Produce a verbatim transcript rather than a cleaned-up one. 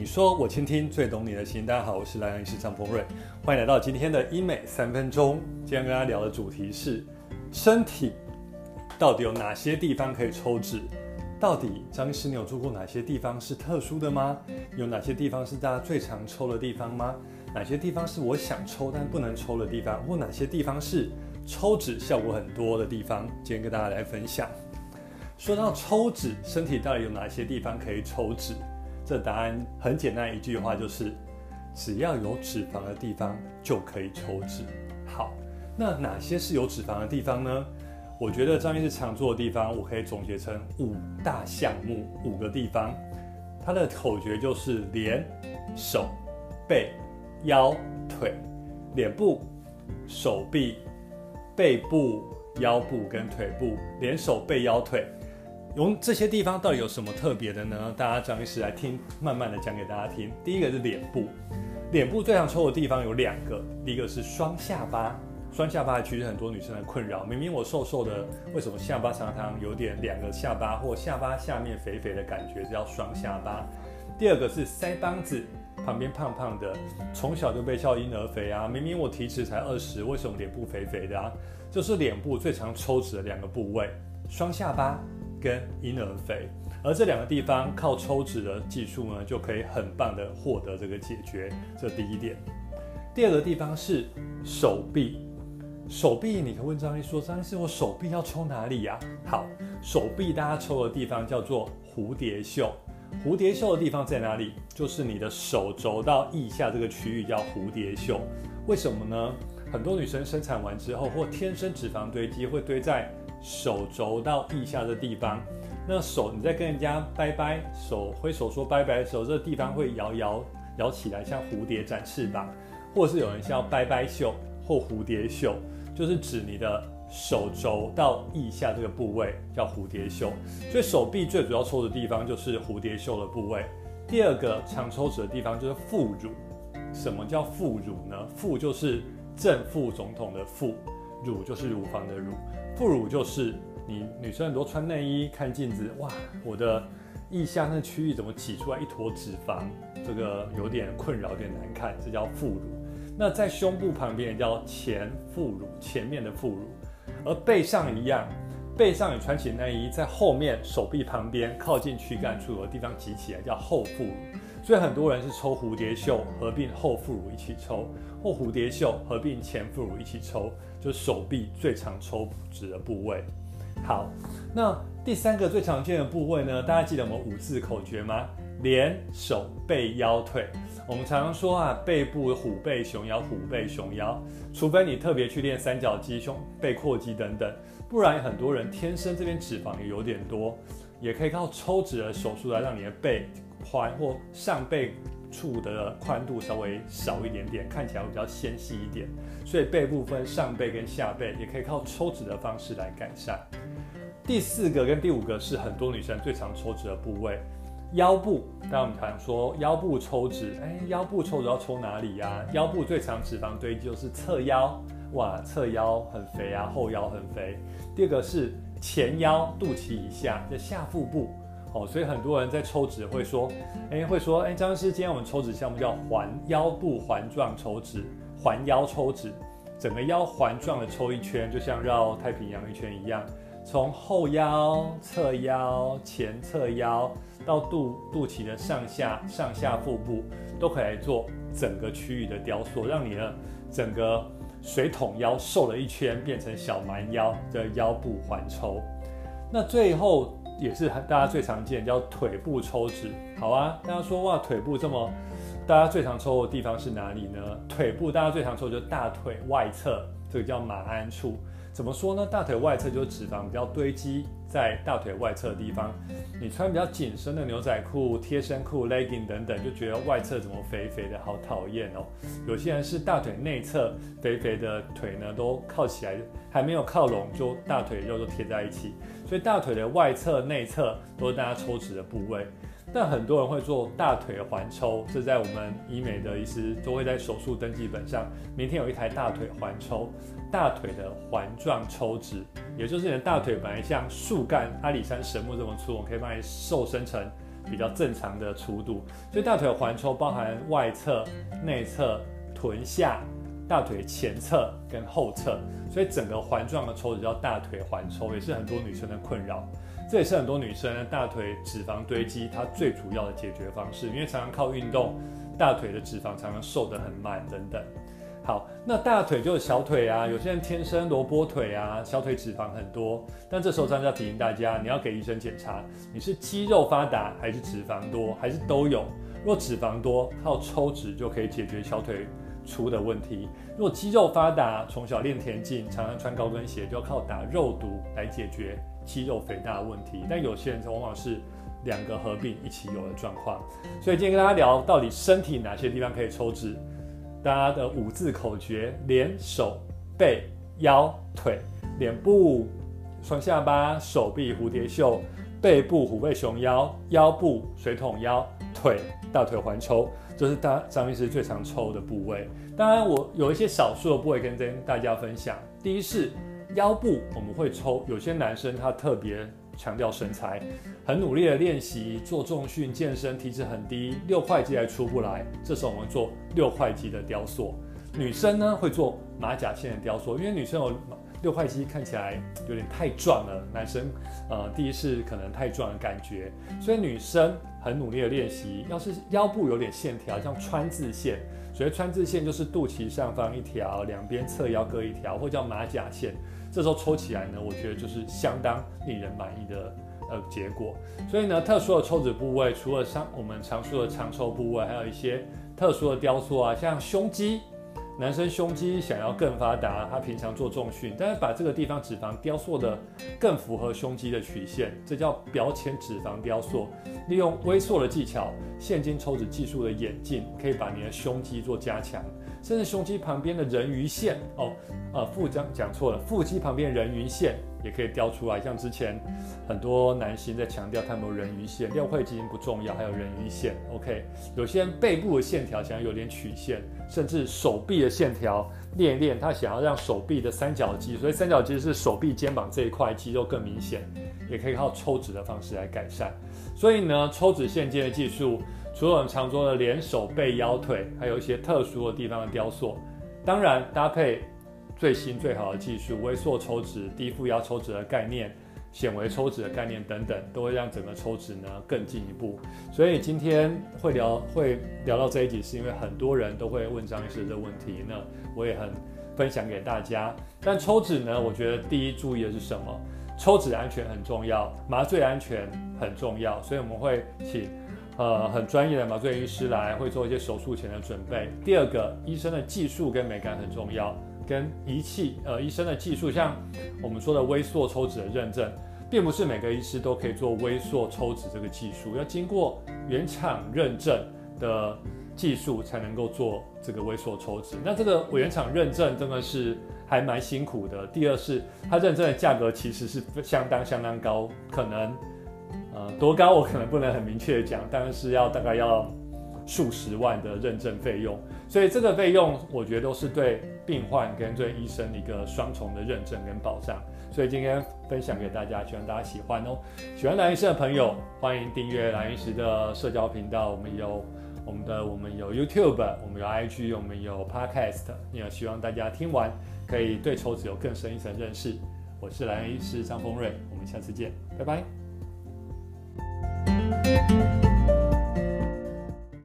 说我倾听最懂你的心。大家好，我是莱阳医师张鹏瑞，欢迎来到今天的医美三分钟。今天跟大家聊的主题是身体到底有哪些地方可以抽脂？到底张医师你有做过哪些地方是特殊的吗？有哪些地方是大家最常抽的地方吗？哪些地方是我想抽但不能抽的地方？或哪些地方是抽脂效果很多的地方？今天跟大家来分享。说到抽脂，身体到底有哪些地方可以抽脂？这答案很简单，一句话就是：只要有脂肪的地方就可以抽脂。好，那哪些是有脂肪的地方呢？我觉得张医师常做的地方，我可以总结成五大项目，五个地方。它的口诀就是脸、手、背、腰、腿。脸部、手臂、背部、腰部跟腿部，脸、手、背、腰、腿。用这些地方到底有什么特别的呢？大家张医师来听，慢慢的讲给大家听。第一个是脸部，脸部最常抽的地方有两个，第一个是双下巴。双下巴其实很多女生的困扰，明明我瘦瘦的，为什么下巴常常有点两个下巴或下巴下面肥肥的感觉，这叫双下巴。第二个是腮帮子旁边胖胖的，从小就被笑婴儿肥啊，明明我体脂才二十，为什么脸部肥肥的啊？就是脸部最常抽脂的两个部位，双下巴跟婴儿肥，而这两个地方靠抽脂的技术呢，就可以很棒的获得这个解决，这第一点。第二个地方是手臂，手臂你可以问张医师说，张医师我手臂要抽哪里呀？好，手臂大家抽的地方叫做蝴蝶袖，蝴蝶袖的地方在哪里？就是你的手肘到腋下这个区域叫蝴蝶袖。为什么呢？很多女生生产完之后或天生脂肪堆积会堆在手肘到腋下的地方，那手你在跟人家拜拜，手挥手说拜拜的时候，这个地方会摇摇摇起来，像蝴蝶展翅膀，或是有人叫拜拜袖或蝴蝶袖，就是指你的手肘到腋下这个部位叫蝴蝶袖。所以手臂最主要抽的地方就是蝴蝶袖的部位。第二个常抽脂的地方就是副乳。什么叫副乳呢？副就是正副总统的副，乳就是乳房的乳。副乳就是你女生很多穿内衣看镜子，哇，我的腋下那区域怎么挤出来一坨脂肪，这个有点困扰，有点难看，这叫副乳。那在胸部旁边也叫前副乳，前面的副乳。而背上一样，背上你穿起内衣，在后面手臂旁边靠近躯干处的地方挤起来叫后副乳。所以很多人是抽蝴蝶袖合并后副乳一起抽，或蝴蝶袖合并前副乳一起抽，就是手臂最常抽脂的部位。好，那第三个最常见的部位呢？大家记得我们五字口诀吗？脸、手、背、腰、腿。我们常常说啊，背部虎背熊腰，虎背熊腰，除非你特别去练三角肌、胸背阔肌等等，不然很多人天生这边脂肪也有点多，也可以靠抽脂的手术来让你的背宽或上背处的宽度稍微少一点点，看起来会比较纤细一点。所以背部分上背跟下背也可以靠抽脂的方式来改善。第四个跟第五个是很多女生最常抽脂的部位，腰部。当然我们常说腰部抽脂，哎，腰部抽脂要抽哪里呀？腰部最常脂肪堆积就是侧腰，哇，侧腰很肥啊，后腰很肥。第二个是前腰，肚脐以下的下腹部。哦，所以很多人在抽脂会说，哎，会说，哎，张医师，今天我们抽脂项目叫环腰部环状抽脂，环腰抽脂，整个腰环状的抽一圈，就像绕太平洋一圈一样，从后腰、侧腰、前侧腰到肚肚脐的上下、上下腹部，都可以来做整个区域的雕塑，让你的整个水桶腰瘦了一圈，变成小蛮腰的腰部环抽。那最后也是大家最常见，叫腿部抽脂。好啊，大家说哇，腿部这么，大家最常抽的地方是哪里呢？腿部大家最常抽的就是大腿外侧，这个叫马鞍处。怎么说呢？大腿外侧就是脂肪比较堆积在大腿外侧的地方。你穿比较紧身的牛仔裤、贴身裤、legging 等等，就觉得外侧怎么肥肥的，好讨厌哦。有些人是大腿内侧肥肥的腿呢，都靠起来，还没有靠拢，就大腿肉都贴在一起。所以大腿的外侧、内侧都是大家抽脂的部位。但很多人会做大腿环抽，这在我们医美的医师都会在手术登记本上，明天有一台大腿环抽，大腿的环状抽脂，也就是你的大腿本来像树干阿里山神木这么粗，我可以帮你瘦身成比较正常的粗度。所以大腿环抽包含外侧、内侧、臀下、大腿前侧跟后侧，所以整个环状的抽脂叫大腿环抽，也是很多女生的困扰。这也是很多女生大腿脂肪堆积它最主要的解决方式，因为常常靠运动，大腿的脂肪常常瘦得很慢等等。好，那大腿就是小腿啊，有些人天生萝卜腿啊，小腿脂肪很多，但这时候专家提醒大家，你要给医生检查，你是肌肉发达还是脂肪多，还是都有。若脂肪多，靠抽脂就可以解决小腿粗的问题；若肌肉发达，从小练田径，常常穿高跟鞋，就要靠打肉毒来解决肌肉肥大的问题。但有些人往往是两个合并一起有的状况。所以今天跟大家聊到底身体哪些地方可以抽脂，大家的五字口诀：脸、手、背、腰、腿。脸部双下巴，手臂蝴蝶袖，背部虎背熊腰，腰部水桶腰，腿大腿环抽，这是大张医师最常抽的部位。当然，我有一些少数的部位跟大家分享。第一是腰部，我们会抽，有些男生他特别强调身材，很努力的练习做重训、健身，体脂很低，六块肌还出不来，这时候我们做六块肌的雕塑。女生呢会做马甲线的雕塑，因为女生有六块肌看起来有点太壮了，男生呃第一是可能太壮的感觉，所以女生很努力的练习，要是腰部有点线条，像川字线，所谓川字线就是肚脐上方一条，两边侧腰各一条，或叫马甲线。这时候抽起来呢，我觉得就是相当令人满意的呃结果。所以呢，特殊的抽脂部位，除了像我们常说的长抽部位，还有一些特殊的雕塑啊，像胸肌。男生胸肌想要更发达，他平常做重训，但是把这个地方脂肪雕塑的更符合胸肌的曲线，这叫表浅脂肪雕塑。利用微缩的技巧，现今抽脂技术的演进，可以把你的胸肌做加强，甚至胸肌旁边的人鱼线哦，呃，腹讲讲错了，腹肌旁边人鱼线也可以雕出来。像之前很多男性在强调他们有人鱼线，六块肌不重要，还有人鱼线。OK， 有些人背部的线条想要有点曲线，甚至手臂的线条练一练，他想要让手臂的三角肌，所以三角肌是手臂、肩膀这一块肌肉更明显，也可以靠抽脂的方式来改善。所以呢，抽脂现今的技术，除了我们常说的脸、手、背、腰、腿，还有一些特殊的地方的雕塑，当然搭配最新最好的技术，微缩抽脂、低负压抽脂的概念、显微抽脂的概念等等，都会让整个抽脂呢更进一步。所以今天会聊会聊到这一集，是因为很多人都会问张医师这个问题，那我也很分享给大家。但抽脂呢，我觉得第一注意的是什么？抽脂安全很重要，麻醉安全很重要，所以我们会请呃很专业的麻醉医师来，会做一些手术前的准备。第二个，医生的技术跟美感很重要。跟仪器，呃，医生的技术，像我们说的微缩抽脂的认证，并不是每个医师都可以做微缩抽脂这个技术，要经过原厂认证的技术才能够做这个微缩抽脂。那这个原厂认证真的是还蛮辛苦的。第二是它认证的价格其实是相当相当高，可能呃多高我可能不能很明确的讲，但是要大概要数十万的认证费用，所以这个费用我觉得都是对病患跟对医生一个双重的认证跟保障，所以今天分享给大家，希望大家喜欢哦。喜欢蓝医师的朋友，欢迎订阅蓝医师的社交频道，我们有我们的我们有 YouTube， 我们有 I G， 我们有 Podcast， 也希望大家听完可以对抽脂有更深一层认识。我是蓝医师张丰瑞，我们下次见，拜拜。